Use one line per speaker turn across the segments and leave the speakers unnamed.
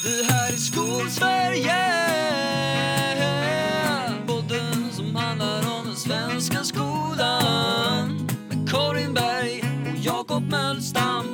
Det här är Skolsverige, podden som handlar om den svenska skolan, med Karin Berg och Jakob Mölstam.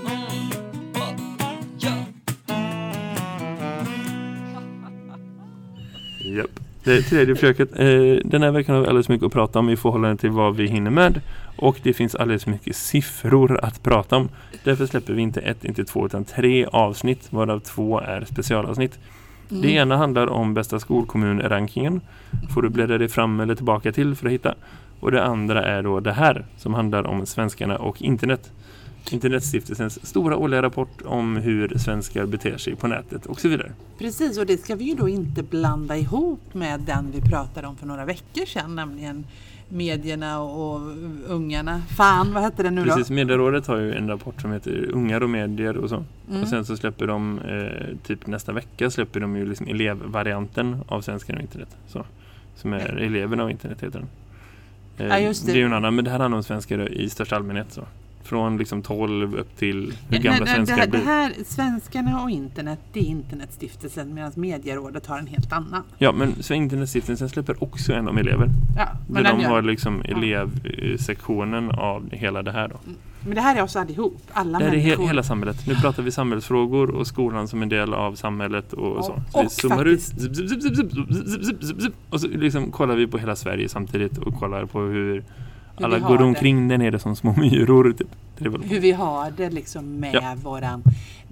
Japp. Det tredje försöket. Den här veckan har vi alldeles mycket att prata om i förhållande till vad vi hinner med. Och det finns alldeles mycket siffror att prata om. Därför släpper vi inte 1, inte 2 utan 3 avsnitt, varav 2 är specialavsnitt. Det ena handlar om bästa skolkommun-rankingen. Får du bläddra dig fram eller tillbaka till för att hitta. Och det andra är då det här som handlar om svenskarna och internet. Internetstiftelsens stora årliga rapport om hur svenskar beter sig på nätet och så vidare.
Precis, och det ska vi ju då inte blanda ihop med den vi pratade om för några veckor sedan, nämligen medierna och ungarna. Fan, vad heter det nu då?
Precis, Medierådet har ju en rapport som heter Ungar och medier och så. Och sen så släpper de, typ nästa vecka släpper de ju liksom elevvarianten av svenskan och internet. Så, som är eleverna av internet heter den.
Ja, just det.
Det är ju en annan, men det här handlar om svenskar i största allmänhet så. Från liksom 12 upp till hur gamla svenskar blir.
Det här, svenskarna och internet, det är Internetstiftelsen, medan Medierådet har en helt annan.
Ja, men så Internetstiftelsen släpper också en om elever.
Ja, men
de har liksom elevsektionen av hela det här då.
Men det här är oss allihop, alla
det
människor.
Det är hela samhället. Nu pratar vi samhällsfrågor och skolan som en del av samhället och så. Så vi zoomar ut och så liksom kollar vi på hela Sverige samtidigt och kollar på hur alla går omkring där nere som små myror typ.
Hur vi har det liksom med våran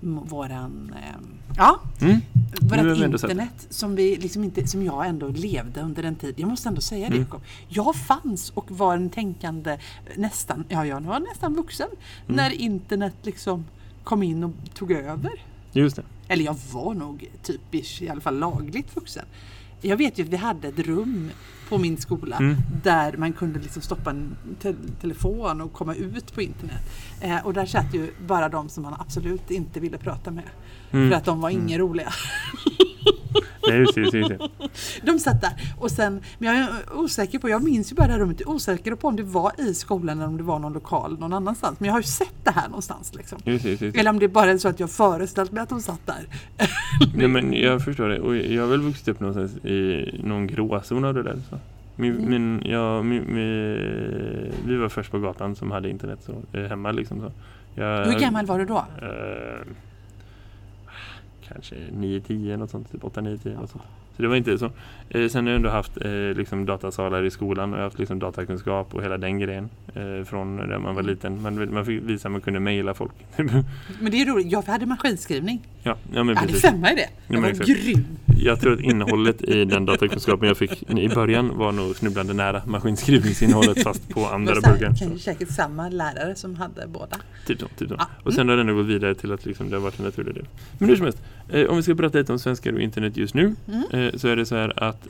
internet som vi liksom inte, som jag ändå levde under en tid. Jag måste ändå säga det, Jakob. Jag fanns och var en tänkande jag var nästan vuxen när internet liksom kom in och tog över.
Just det.
Eller jag var nog typiskt i alla fall lagligt vuxen. Jag vet ju att vi hade ett rum på min skola där man kunde liksom stoppa en telefon och komma ut på internet. Och där satt ju bara de som man absolut inte ville prata med. För att de var inga roliga.
Nej, just.
De satt där. Och sen, men jag är osäker på, jag minns ju bara det här rummet, osäker på om det var i skolan eller om det var någon lokal någon annanstans. Men jag har ju sett det här någonstans liksom.
Just.
Eller om det bara är så att jag föreställt mig att de satt där.
Nej, men jag förstår det. Och jag har väl vuxit upp någonstans i någon gråzon av det där. Så. Vi var först på gatan som hade internet så, hemma liksom så.
Hur gammal var du då?
Kanske 9-10 något sånt, typ 8-9-10 något sånt. Så det var inte så. Sen har jag ändå haft liksom datasalar i skolan och jag har haft liksom datakunskap och hela den grejen från när man var liten. Man fick visa att man kunde mejla folk.
Men det är roligt. Jag hade maskinskrivning.
Ja, men
jag hade 5 i det. Jag var grym.
Jag tror att innehållet i den datakunskapen jag fick i början var nog snubblande nära maskinskrivningsinnehållet fast på andra burgar.
Kanske säkert samma lärare som hade båda.
Typ så. Ja. Och sen har den gått vidare till att liksom, det har varit en naturlig del. Men hur som helst, om vi ska prata lite om svenskar och internet just nu så är det så här att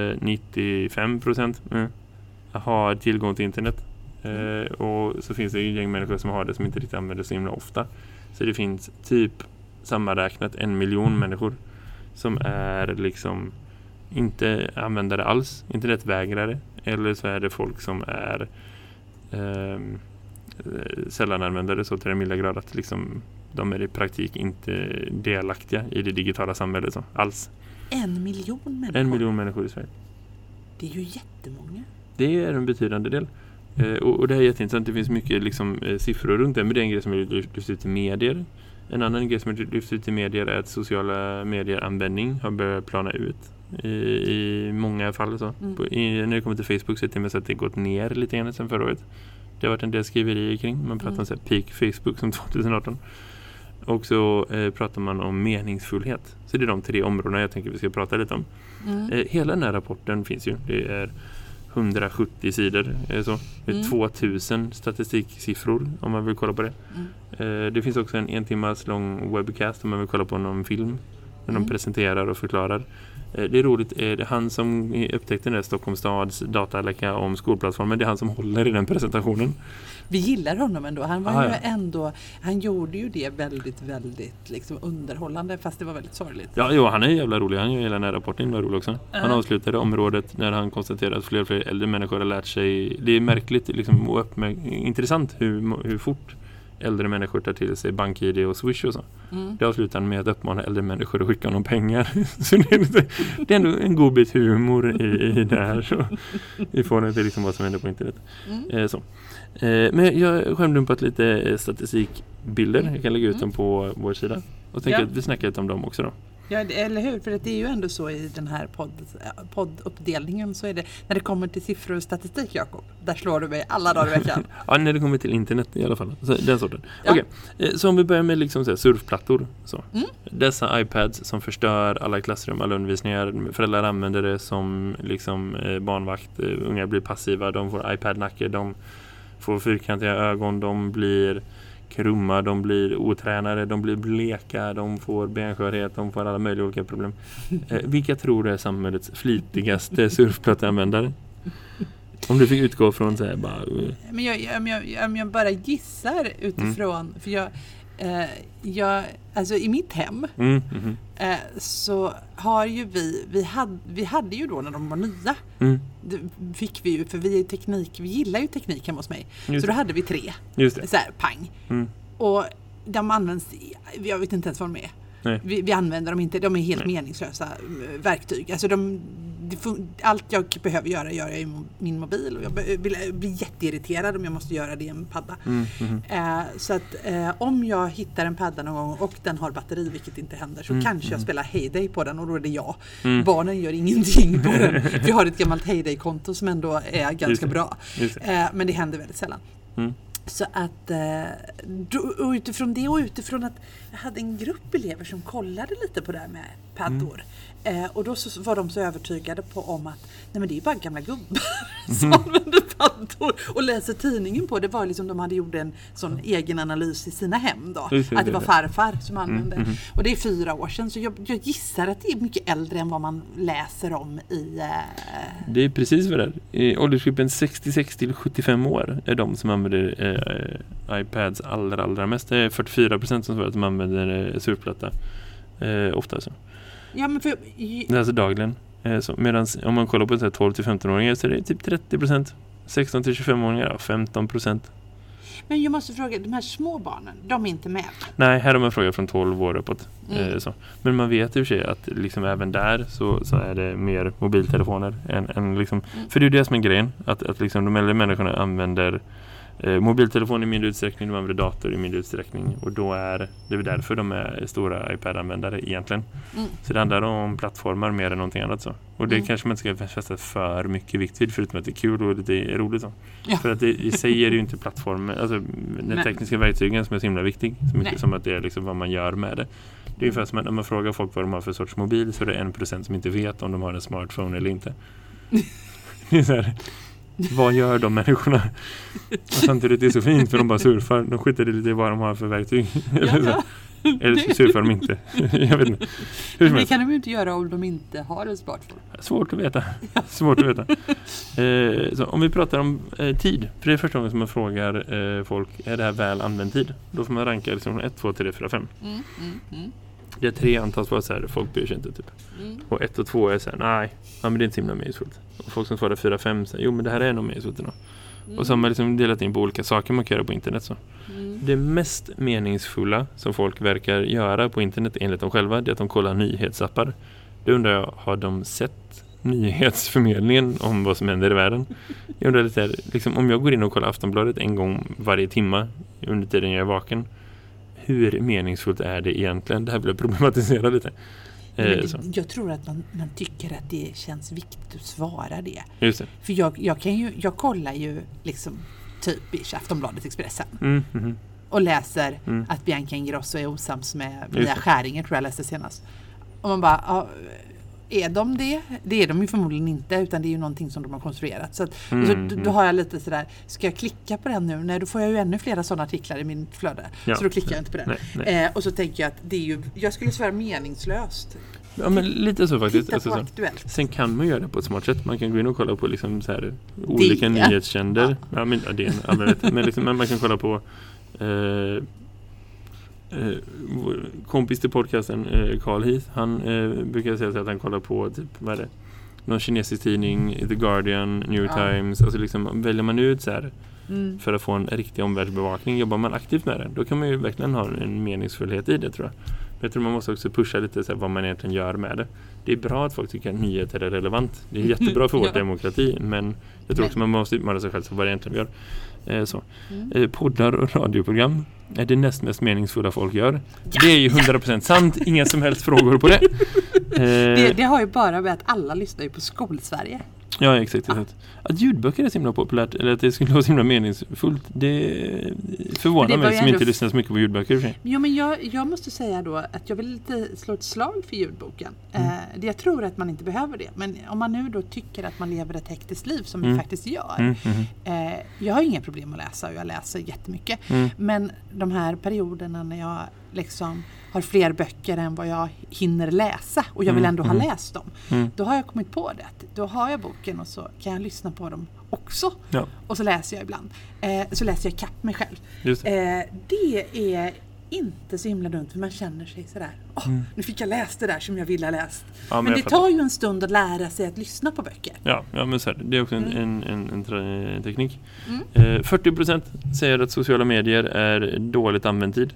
95% har tillgång till internet. Och så finns det ju en gäng människor som har det som inte riktigt använder så himla ofta. Så det finns typ sammanräknat 1 miljon människor som är liksom inte användare alls, internetvägrare, eller så är det folk som är sällan användare så till den milda grad att liksom, de är i praktik inte delaktiga i det digitala samhället så, alls.
1 miljon människor?
1 miljon människor i Sverige.
Det är ju jättemånga.
Det är en betydande del. Och det här är jätteintressant. Det finns mycket liksom, siffror runt det. Men det är en grej som lyfts ut i medier. En annan grej som lyfts ut i medier är att sociala medieranvändning har börjat plana ut i många fall. Så. När det kommer till Facebook så är det med så att det gått ner lite grann sedan förra året. Det har varit en del skriverier kring. Man pratar om så här peak Facebook som 2018. Och så pratar man om meningsfullhet. Så det är de 3 områdena jag tänker vi ska prata lite om. Hela den här rapporten finns ju. Det är 170 sidor. Så. Det är 2000 statistiksiffror om man vill kolla på det. Det finns också en 1 timmas lång webcast om man vill kolla på någon film. När de presenterar och förklarar. Det är roligt. Det är han som upptäckte den där Stockholms stads dataläcka om skolplattformen. Det är han som håller i den presentationen.
Vi gillar honom ändå. Han var ju ändå, han gjorde ju det väldigt, väldigt liksom underhållande, fast det var väldigt sorgligt.
Ja, han är jävla rolig. Han gör hela den här rapporten var rolig också. Han avslutade området när han konstaterade att fler och fler äldre människor har lärt sig. Det är märkligt liksom, och intressant hur fort äldre människor tar till sig BankID och Swish och så. Det avslutar med att uppmana äldre människor att skicka honom pengar. Så det är ändå en god bit humor i det här. Så, i förhållande till liksom vad som händer på internet. Så. Men jag har skärmdumpat lite statistikbilder. Jag kan lägga ut dem på vår sida. Och tänker att vi snackar lite om dem också då.
Ja, eller hur? För det är ju ändå så i den här podduppdelningen så är det, när det kommer till siffror och statistik, Jakob, där slår du mig alla dagar i veckan.
Ja, när det kommer till internet i alla fall. Så, den sorten. Ja. Okej, så om vi börjar med liksom så här, surfplattor. Så. Dessa iPads som förstör alla klassrum, alla undervisningar. Föräldrar använder det som liksom, barnvakt. Unga blir passiva, de får iPad-nackor, de får fyrkantiga ögon, de blir krumma, de blir otränade, de blir bleka, de får benskörhet, de får alla möjliga olika problem. Vilka tror du är samhällets flitigaste surfplatteanvändare? Om du fick utgå från så här bara...
Men jag bara gissar utifrån, för jag alltså i mitt hem så har ju vi hade ju då när de var nya fick vi ju, för vi gillar ju teknik hemma hos mig.
Just
så då hade vi 3 så här, pang. Och de används, jag vet inte ens vad de är. Vi använder dem inte, de är helt meningslösa verktyg. Alltså allt jag behöver göra gör jag i min mobil, och jag blir jätteirriterad om jag måste göra det i en padda. Så att om jag hittar en padda någon gång och den har batteri, vilket inte händer, så kanske jag spelar Heyday på den, och då är det jag. Barnen gör ingenting på den. Vi har ett gammalt Heyday-konto som ändå är ganska bra. Men det händer väldigt sällan. Så att och utifrån det, och utifrån att jag hade en grupp elever som kollade lite på det här med paddor. Och då så var de så övertygade om att nej, men det är bara gamla gubbar som använder paddor och läser tidningen på. Det var liksom de hade gjort en sån egen analys i sina hem då. Att det var farfar som använde. Och det är 4 år sedan, så jag gissar att det är mycket äldre än vad man läser om i...
Det är precis vad det är. I åldersgruppen 66 till 75 år är de som använder iPads allra mest. Det är 44% som svarar att de använder surfplatta ofta så.
Ja, men
alltså dagligen. Medan om man kollar på 12-15-åringar så är det typ 30%. 16-25-åringar 15%.
Men jag måste fråga, de här små barnen, de är inte med?
Nej, här har man frågat från 12 år uppåt. Så. Men man vet i och för sig att liksom även där så är det mer mobiltelefoner än liksom, för det är ju det som är grejen, att liksom de äldre människorna använder mobiltelefon i mindre utsträckning, de använder dator i mindre utsträckning, och då är det därför de är stora iPad-användare egentligen. Så det handlar om plattformar mer än någonting annat så. Och det kanske man inte ska fästa för mycket vikt vid, förutom att det är kul och det är roligt så. Ja. För att det i sig är det ju inte plattformen, alltså den tekniska verktygen som är så himla viktig, så mycket som att det är liksom vad man gör med det. Det är ungefär som att när man frågar folk vad de har för sorts mobil, så är det 1% som inte vet om de har en smartphone eller inte. Det är så här, vad gör de människorna? Och samtidigt är det så fint, för de bara surfar. De skiter lite i vad de har för verktyg. Eller så surfar de inte. Jag vet inte.
Men det kan de ju inte göra om de inte har en smartphone.
Svårt att veta. Svårt att veta. Så om vi pratar om tid. För det är första gången som man frågar folk, är det här väl använd tid? Då får man ranka liksom 1, 2, 3, 4, 5. Det är 3 antas vara så här, folk bryr sig inte typ. Och 1 och 2 är så här, nej, men det är inte himla meningsfullt. Och folk som svarar 4, 5 säger, jo men det här är nog meningsfullt idag. Och så har man liksom delat in på olika saker man kan göra på internet så. Det mest meningsfulla som folk verkar göra på internet enligt dem själva, det är att de kollar nyhetsappar. Det undrar jag, har de sett nyhetsförmedlingen om vad som händer i världen? Jag undrar lite här, liksom, om jag går in och kollar Aftonbladet en gång varje timma under tiden jag är vaken, hur meningsfullt är det egentligen? Det här vill jag problematisera lite.
Jag tror att man tycker att det känns viktigt att svara det.
Just det.
För jag kollar ju liksom typiskt Aftonbladet Expressen. Och läser att Bianca Ingrosso är osams med Mia Skäringer, tror jag läste senast. Och man bara, är de det? Det är de ju förmodligen inte, utan det är ju någonting som de har konstruerat. Så, då har jag lite sådär, ska jag klicka på den nu? Nej, då får jag ju ännu flera sådana artiklar i min flöde. Ja, så då klickar jag inte på den. Nej. Och så tänker jag att det är ju, jag skulle svära meningslöst.
Ja, men lite så faktiskt.
Alltså, Aktuellt.
Sen kan man göra det på ett smart sätt. Man kan gå in och kolla på liksom så här, olika nyhetskändor. Ja, men det är en användning. Men, liksom, man kan kolla på kompis till podcasten Carl Heath, han brukar säga att han kollar på typ, vad är det? Någon kinesisk tidning, The Guardian, New York Times, och så liksom väljer man ut så här för att få en riktig omvärldsbevakning. Jobbar man aktivt med det, då kan man ju verkligen ha en meningsfullhet i det, tror jag. Men jag tror man måste också pusha lite så här, vad man egentligen gör med det. Det är bra att folk tycker att nyheter är relevant. Det är jättebra för vår demokrati, men jag tror också man måste utmana sig själv så vad det egentligen gör. Poddar och radioprogram är det näst mest meningsfulla folk gör. Det är ju 100% sant. Inga som helst frågor på det.
Det har ju bara med att alla lyssnar ju på Skolsverige.
Ja, exakt. Att ljudböcker är så himla populärt, eller att det skulle vara så himla meningsfullt, det förvånar mig som inte lyssnar så mycket på ljudböcker.
Jo, men jag måste säga då att jag vill lite slå ett slag för ljudboken. Jag tror att man inte behöver det, men om man nu då tycker att man lever ett hektiskt liv som vi faktiskt gör. Jag har inga problem att läsa och jag läser jättemycket. Men de här perioderna när jag liksom har fler böcker än vad jag hinner läsa och jag vill ändå ha läst dem. Då har jag kommit på det. Då har jag boken och så kan jag lyssna på dem också. Ja. Och så läser jag ibland. Så läser jag kapp mig själv.
Just det.
Det är inte så himla dumt för man känner sig sådär. Nu fick jag läst det där som jag ville ha läst. Ja, men det tar ju en stund att lära sig att lyssna på böcker. Ja
men så här, det är också en teknik. 40% säger att sociala medier är dåligt använd tid.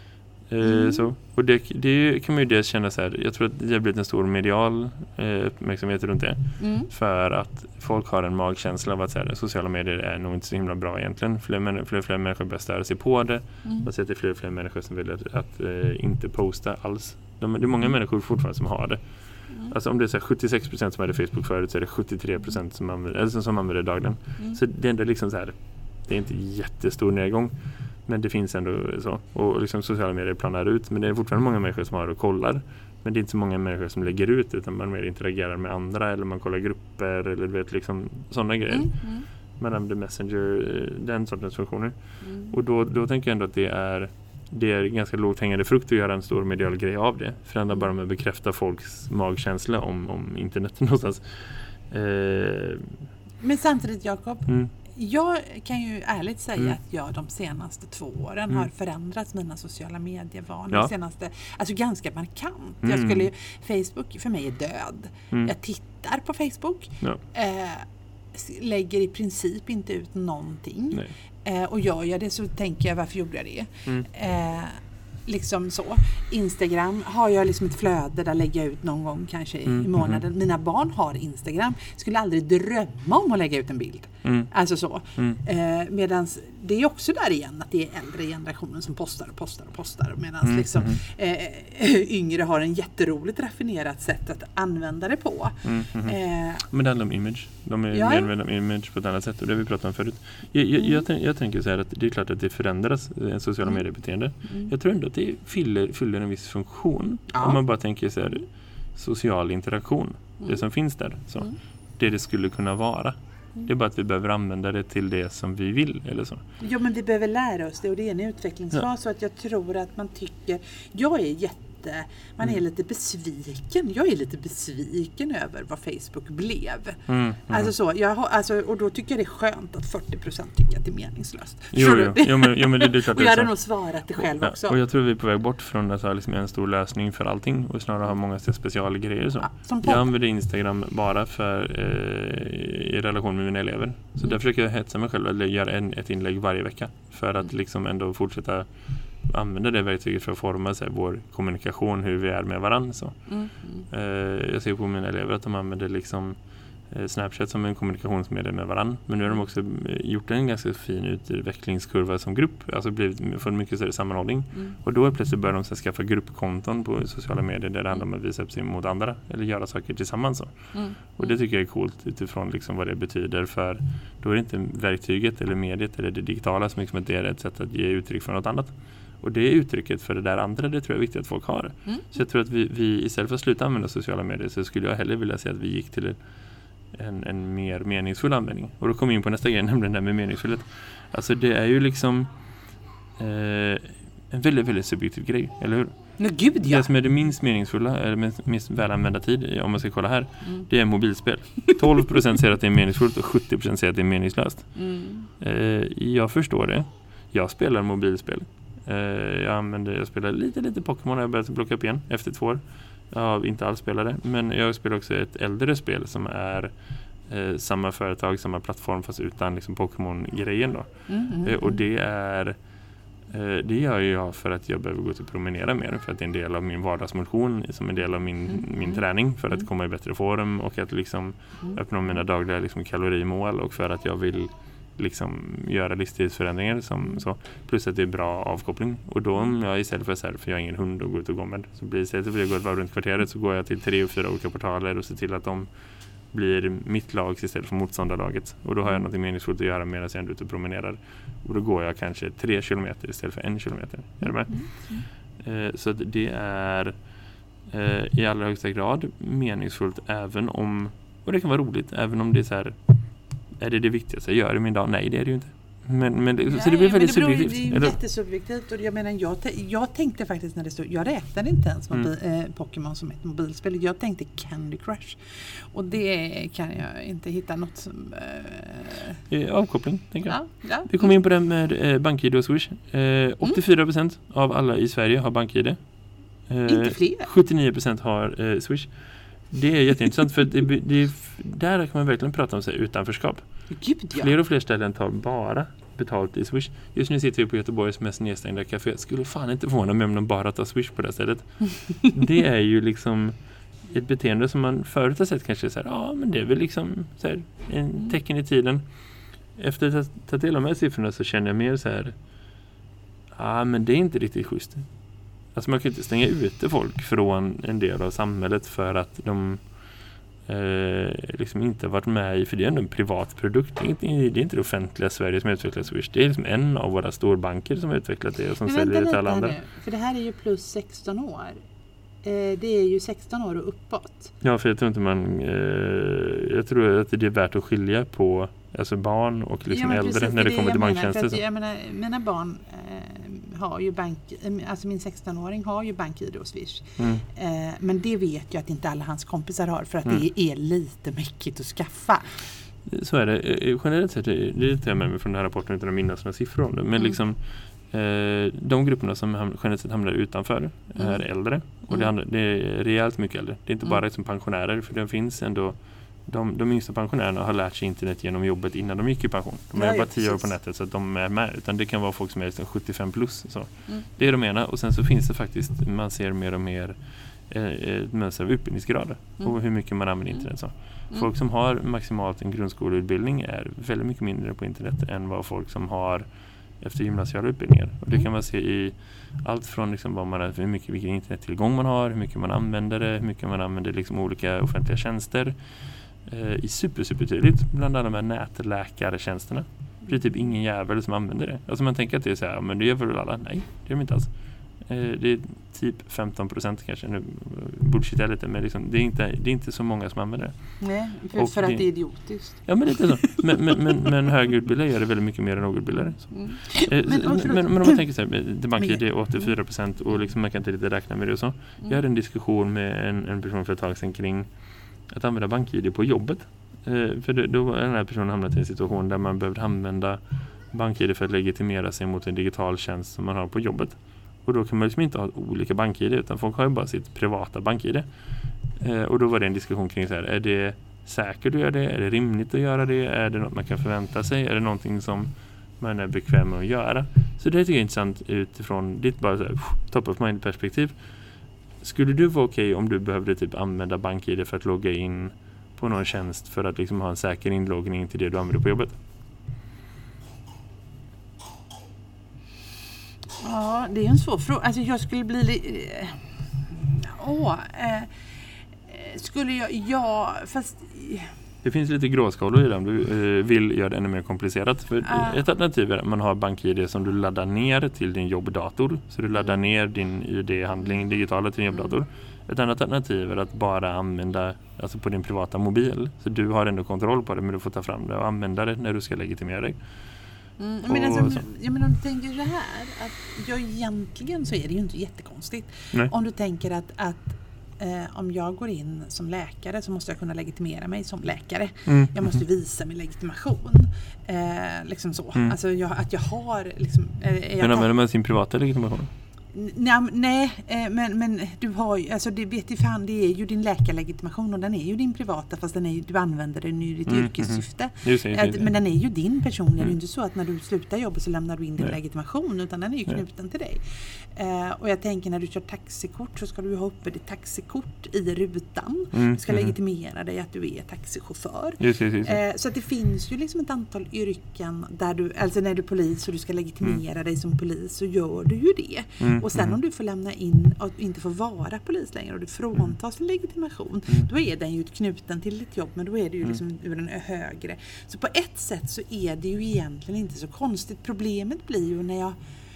Så. Och det kan man ju dels känna så här. Jag tror att det har blivit en stor medial uppmärksamhet runt det. För att folk har en magkänsla av att så här, sociala medier är nog inte så himla bra egentligen. Fler människor börjar störa sig på det. Man ser att det är fler människor som vill att inte posta alls. Det är många människor fortfarande som har det. Alltså om det är så här 76% som hade Facebook förut, så är det 73% som använder det dagligen. Så det är ändå liksom så här, det är inte jättestor nedgång. Men det finns ändå så. Och liksom sociala medier planar ut. Men det är fortfarande många människor som har och kollar. Men det är inte så många människor som lägger ut. Utan man mer interagerar med andra. Eller man kollar grupper. Eller du vet liksom sådana grejer. Man använder Messenger. Den sortens funktioner. Och då tänker jag ändå att det är ganska lågt hängande frukt att göra en stor medial grej av det. För ändå bara med att bekräfta folks magkänsla om internet någonstans.
Men samtidigt, Jakob. Jag kan ju ärligt säga att jag de senaste 2 åren har förändrat mina sociala medievanor. Alltså ganska markant. Facebook för mig är död. Jag tittar på Facebook. Lägger i princip inte ut någonting. Och gör jag det så tänker jag, varför gjorde jag det? Liksom så. Instagram har jag liksom ett flöde där lägger jag ut någon gång kanske i månaden. Mina barn har Instagram. Skulle aldrig drömma om att lägga ut en bild. Alltså så. Medans det är också där igen att det är äldre generationen som postar. Medan liksom yngre har en jätteroligt raffinerat sätt att använda det på.
Men det handlar om image. De är medvetna om image på ett annat sätt, och det har vi pratat om förut. Jag tänker så här att det är klart att det förändras en sociala mediebeteende. Jag tror ändå att det fyller en viss funktion. Om man bara tänker så här, social interaktion. Det som finns där. Så. Det skulle kunna vara. Det är bara att vi behöver använda det till det som vi vill eller så.
Ja, men vi behöver lära oss det, och det är en utvecklingsfas, så att jag tror att man tycker, man är lite besviken. Jag är lite besviken över vad Facebook blev. Alltså så, och då tycker jag det är skönt att 40% tycker att det är meningslöst.
Jo, men det är klart.
Och jag hade nog svarat det själv också.
Och jag tror vi är på väg bort från att ha liksom en stor lösning för allting och snarare ha många specialgrejer så. Jag använder Instagram bara för i relation med mina elever. Så där försöker jag hetsa mig själv eller göra ett inlägg varje vecka för att liksom ändå fortsätta använda det verktyget för att forma vår kommunikation, hur vi är med varandra. Så. Jag ser på mina elever att de använder liksom Snapchat som en kommunikationsmedel med varandra. Men nu har de också gjort en ganska fin utvecklingskurva som grupp. Alltså fått mycket större sammanhållning. Och då plötsligt börjar de skaffa gruppkonton på sociala medier där det handlar om att visa upp sig mot andra. Eller göra saker tillsammans. Så. Och det tycker jag är coolt utifrån liksom vad det betyder. För då är det inte verktyget eller mediet eller det digitala som liksom det är ett sätt att ge uttryck för något annat. Och det är uttrycket för det där andra, det tror jag är viktigt att folk har. Så jag tror att vi istället för att sluta använda sociala medier så skulle jag hellre vilja säga att vi gick till en mer meningsfull användning. Och då kommer vi in på nästa grej, nämligen det med meningsfullhet. Alltså det är ju liksom en väldigt, väldigt subjektiv grej, eller hur?
Men gud, ja.
Det som är det minst meningsfulla, eller minst välanvända tid, om man ska kolla här, det är mobilspel. 12% säger att det är meningsfullt och 70% säger att det är meningslöst. Jag förstår det. Jag spelar mobilspel. Jag spelar lite Pokémon och jag har börjat plocka upp igen efter 2 år. Jag har inte alls spelat det, men jag spelar också ett äldre spel som är samma företag, samma plattform fast utan liksom Pokémon-grejen då. Och det gör jag för att jag behöver gå ut och promenera mer, för att det är en del av min vardagsmotion, som en del av min träning, för att komma i bättre form och att liksom uppnå mina dagliga liksom kalorimål, och för att jag vill liksom göra livsstilsförändringar som så, plus att det är bra avkoppling. Och då om jag istället för för jag har ingen hund att gå ut och gå med, så blir istället för att jag går ett varv runt kvarteret, så går jag till 3 och 4 olika portaler och ser till att de blir mitt lag istället för motståndarlaget. Och då har jag något meningsfullt att göra medan jag är ute och promenerar. Och då går jag kanske 3 kilometer istället för 1 kilometer. Är du med? Så det är i allra högsta grad meningsfullt, även om, och det kan vara roligt, även om det är så här, är det viktigaste jag gör i min dag? Nej, det är det ju inte. Så det blir väldigt subjektivt.
Det är jättesubjektivt, och jag menar, jag tänkte faktiskt när det stod, jag räknade inte ens Pokémon som ett mobilspel, jag tänkte Candy Crush, och det kan jag inte hitta något som
avkoppling, tänker jag.
Ja.
Vi kommer in på det med BankID och Swish. 84% av alla i Sverige har BankID.
Inte fler.
79% har Swish. Det är jätteintressant, för där kan man verkligen prata om sig utanförskap.
Gud, ja.
Fler och fler ställen tar bara betalt i Swish. Just nu sitter vi på Göteborgs mest nedstängda café. Skulle fan inte förvåna mig om de bara tar Swish på det stället. Det är ju liksom ett beteende som man förut har sett kanske så här, men det är väl liksom så här, en tecken i tiden. Efter att ta del av de här siffrorna så känner jag mer så här, men det är inte riktigt schysst. Alltså man kan inte stänga ute folk från en del av samhället för att de liksom inte varit med i, för det är ändå en privat produkt. Det är inte det offentliga Sverige som utvecklat Swish. Det är liksom en av våra storbanker som har utvecklat det och som säljer det till alla andra.
För det här är ju plus 16 år. Det är ju 16 år och uppåt.
Ja, för jag tror inte jag tror att det är värt att skilja på alltså barn och liksom äldre precis, när det kommer till banktjänster.
Jag menar, mina barn har ju alltså min 16-åring har ju BankID och Swish. Men det vet jag att inte alla hans kompisar har, för att det är lite mäckigt att skaffa.
Så är det. Generellt sett, det tar jag med mig från den här rapporten utan att minnas några siffror om det. Men liksom de grupperna som generellt sett hamnar utanför är äldre. Och det är rejält mycket äldre. Det är inte bara liksom pensionärer, för det finns ändå de yngsta pensionärerna har lärt sig internet genom jobbet innan de gick i pension. De är bara 10 år på nätet så att de är med. Utan det kan vara folk som är liksom 75 plus. Så. Det är de ena. Och sen så finns det faktiskt, man ser mer och mer mönster av utbildningsgrader. Och hur mycket man använder internet. Så. Folk som har maximalt en grundskoleutbildning är väldigt mycket mindre på internet än vad folk som har efter gymnasiala utbildningar. Och det kan man se i allt från liksom vad man, vilken internettillgång man har, hur mycket man använder det, hur mycket man använder liksom olika offentliga tjänster. I super tydligt bland alla de här nätläkartjänsterna. Det är typ ingen jävel som använder det. Alltså man tänker att det är så här, men det gör väl alla? Nej, det gör de inte alls. Det är typ 15% kanske. Nu bullshit jag lite, men liksom, det är inte så många som använder det.
Nej, för att det är idiotiskt.
Ja, men lite så. Men högutbildade gör det väldigt mycket mer än lågutbildade. Men om man tänker så här, det BankID är 84% och liksom man kan inte riktigt räkna med det och så. Jag hade en diskussion med en person för ett tag sedan kring att använda BankID på jobbet. För då var den här personen hamnat i en situation där man behövde använda BankID för att legitimera sig mot en digital tjänst som man har på jobbet. Och då kan man liksom inte ha olika BankID, utan folk har ju bara sitt privata BankID. Och då var det en diskussion kring så här, är det säkert att göra det? Är det rimligt att göra det? Är det något man kan förvänta sig? Är det någonting som man är bekväm med att göra? Så det tycker jag är intressant utifrån ditt bara så här, top of mind perspektiv. Skulle du vara okej om du behövde typ använda BankID för att logga in på någon tjänst för att liksom ha en säker inloggning till det du använder på jobbet?
Ja, det är en svår fråga. Alltså jag skulle bli skulle jag... Ja, fast...
Det finns lite gråskalor i det om du vill göra det ännu mer komplicerat. För ett alternativ är att man har BankID som du laddar ner till din jobbdator. Så du laddar ner din ID-handling digitala till din jobbdator. Ett annat alternativ är att bara använda alltså på din privata mobil. Så du har ändå kontroll på det, men du får ta fram det och använda det när du ska legitimera dig.
Men alltså, om du tänker så här att egentligen så är det ju inte jättekonstigt.
Nej.
Om du tänker att om jag går in som läkare så måste jag kunna legitimera mig som läkare. Jag måste visa min legitimation. Liksom så. Alltså att jag har liksom,
men använder man sin privata legitimation?
Nej, men du har ju, alltså det vet ju fan, det är ju din läkarlegitimation och den är ju din privata, fast du använder den i ditt yrkessyfte. Men den är ju din personliga, det är ju inte så att när du slutar jobba så lämnar du in din legitimation, utan den är ju knuten till dig. Och jag tänker när du kör taxikort så ska du ha uppe ditt taxikort i rutan. Du ska legitimera dig att du är taxichaufför.
Just.
Så att det finns ju liksom ett antal yrken där du, alltså när du är polis och du ska legitimera dig som polis, så gör du ju det. Och sen om du får lämna in och inte får vara polis längre och du fråntas sin legitimation, då är den ju knuten till ditt jobb, men då är det ju liksom ur den högre. Så på ett sätt så är det ju egentligen inte så konstigt. Problemet blir ju när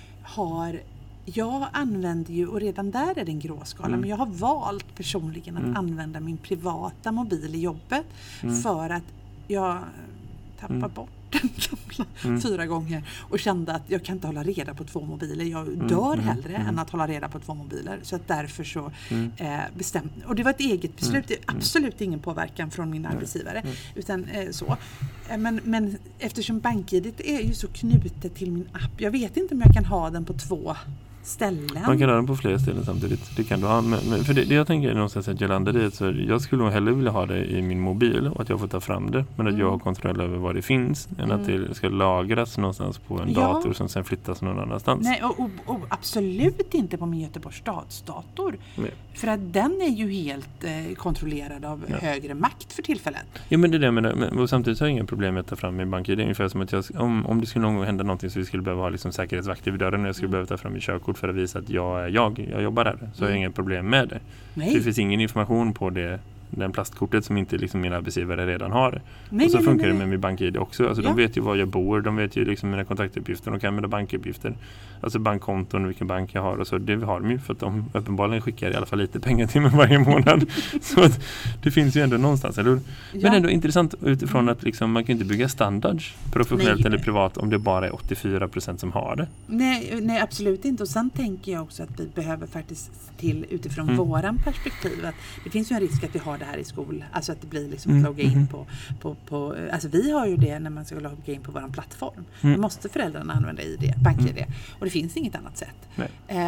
jag använder ju, och redan där är det en gråskala, men jag har valt personligen att använda min privata mobil i jobbet för att jag tappar bort den gamla 4 gånger och kände att jag kan inte hålla reda på 2 mobiler. Jag dör hellre än att hålla reda på 2 mobiler. Så att därför så bestämde. Och det var ett eget beslut. Det är absolut ingen påverkan från min arbetsgivare. Utan så. Men eftersom BankID är ju så knutet till min app. Jag vet inte om jag kan ha den på 2 ställen.
Man kan ha den på flera ställen samtidigt. Det kan du ha. Men för det jag tänker är någonstans att jag landar i, så jag skulle nog hellre vilja ha det i min mobil och att jag får ta fram det, men att jag har kontroll över vad det finns än att det ska lagras någonstans på en dator som sen flyttas någon annanstans.
Nej, och absolut inte på min Göteborgs stadsdator. För att den är ju helt kontrollerad av högre makt för tillfället.
Ja, men det är det, men samtidigt har jag inga problem med att ta fram min BankID. Det är ungefär som att om det skulle någon gång hända någonting så vi skulle behöva ha liksom säkerhetsvakter vid dörren och jag skulle behöva ta fram min körkort för att visa att jag jobbar där, så har jag inga problem med det. Så det finns ingen information på den plastkortet som inte liksom min arbetsgivare redan har. Och så funkar det med min BankID också. Alltså de vet ju var jag bor, de vet ju liksom mina kontaktuppgifter, de kan använda bankuppgifter. Alltså bankkonton, vilken bank jag har och så. Det har de ju för att de uppenbarligen skickar i alla fall lite pengar till mig varje månad. Så att det finns ju ändå någonstans, eller? Men ändå intressant utifrån att liksom, man kan inte bygga standards professionellt eller privat om det bara är 84% som har det.
Nej, absolut inte. Och sen tänker jag också att vi behöver faktiskt till utifrån våran perspektiv att det finns ju en risk att vi har det här i skolan, alltså att det blir liksom att logga in på alltså vi har ju det när man ska logga in på våran plattform. Då måste föräldrarna använda BankID och det finns inget annat sätt.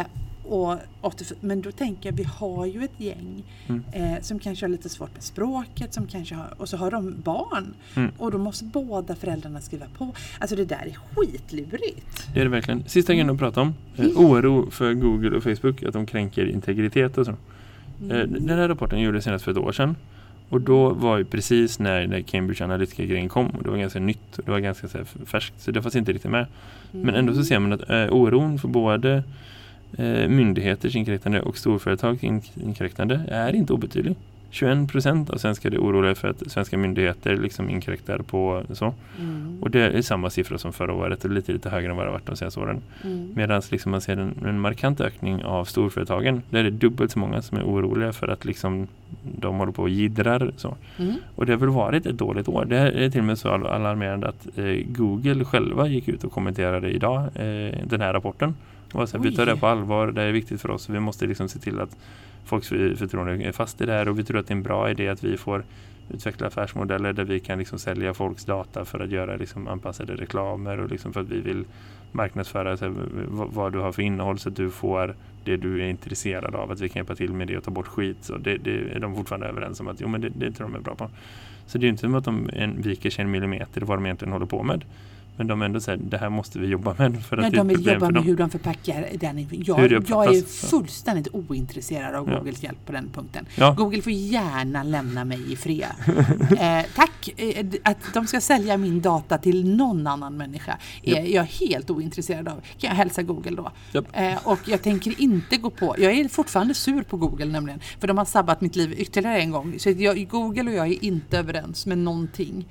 Men då tänker jag, vi har ju ett gäng som kanske har lite svårt med språket, som kanske har, och så har de barn och då måste båda föräldrarna skriva på. Alltså det där är skitlurigt.
Det är det verkligen. Sista grejen att prata om. Oro för Google och Facebook, att de kränker integritet och så. Den här rapporten gjordes senast för ett år sedan. Och då var ju precis när Cambridge Analytica-grejen kom. Och det var ganska nytt och det var ganska så här, färskt. Så det fanns inte riktigt med. Men ändå så ser man att oron för både myndigheters inkräktande och storföretags inkräktande är inte obetydlig. 21% av svenskar är oroliga för att svenska myndigheter liksom inkräktar på så. Och det är samma siffra som förra året och lite högre än vad det har varit de senaste åren. Medan liksom man ser en markant ökning av storföretagen. Där är det dubbelt så många som är oroliga för att liksom de håller på och jiddrar så. Och det har väl varit ett dåligt år. Det är till och med så alarmerande att Google själva gick ut och kommenterade idag den här rapporten. Och så vi tar det på allvar, det är viktigt för oss. Vi måste liksom se till att folks förtroende är fast i det här och vi tror att det är en bra idé att vi får utveckla affärsmodeller där vi kan liksom sälja folks data för att göra liksom anpassade reklamer och liksom för att vi vill marknadsföra så här, vad du har för innehåll så att du får det du är intresserad av, att vi kan hjälpa till med det och ta bort skit. Så det är de fortfarande överens om att jo, men det tror de är bra på. Så det är inte som att de viker sig 1 millimeter vad de egentligen håller på med. Men de ändå säger det här måste vi jobba med. För att
de vill jobba med hur de förpackar den. Jag är fullständigt ointresserad av Googles hjälp på den punkten. Google får gärna lämna mig i fred. Tack. Att de ska sälja min data till någon annan människa är jag helt ointresserad av. Kan jag hälsa Google då? Och jag tänker inte gå på. Jag är fortfarande sur på Google nämligen. För de har sabbat mitt liv ytterligare en gång. Så Google och jag är inte överens med någonting.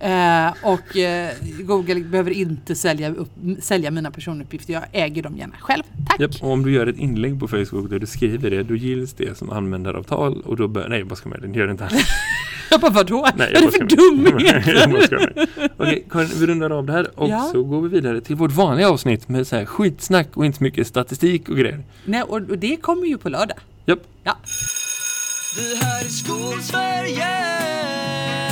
Och Google behöver inte sälja mina personuppgifter. Jag äger dem gärna själv. Tack!
Och om du gör ett inlägg på Facebook där du skriver det, då gills det som användaravtal och då nej, vad ska man göra? Det gör det inte alls.
Jag bara, vadå? Nej, vad är det för dumheter?
Okej, Karin, vi rundar av det här och så går vi vidare till vårt vanliga avsnitt med så här skitsnack och inte så mycket statistik och grejer.
Nej, och det kommer ju på lördag.
Ja.
Du här i Skolsverige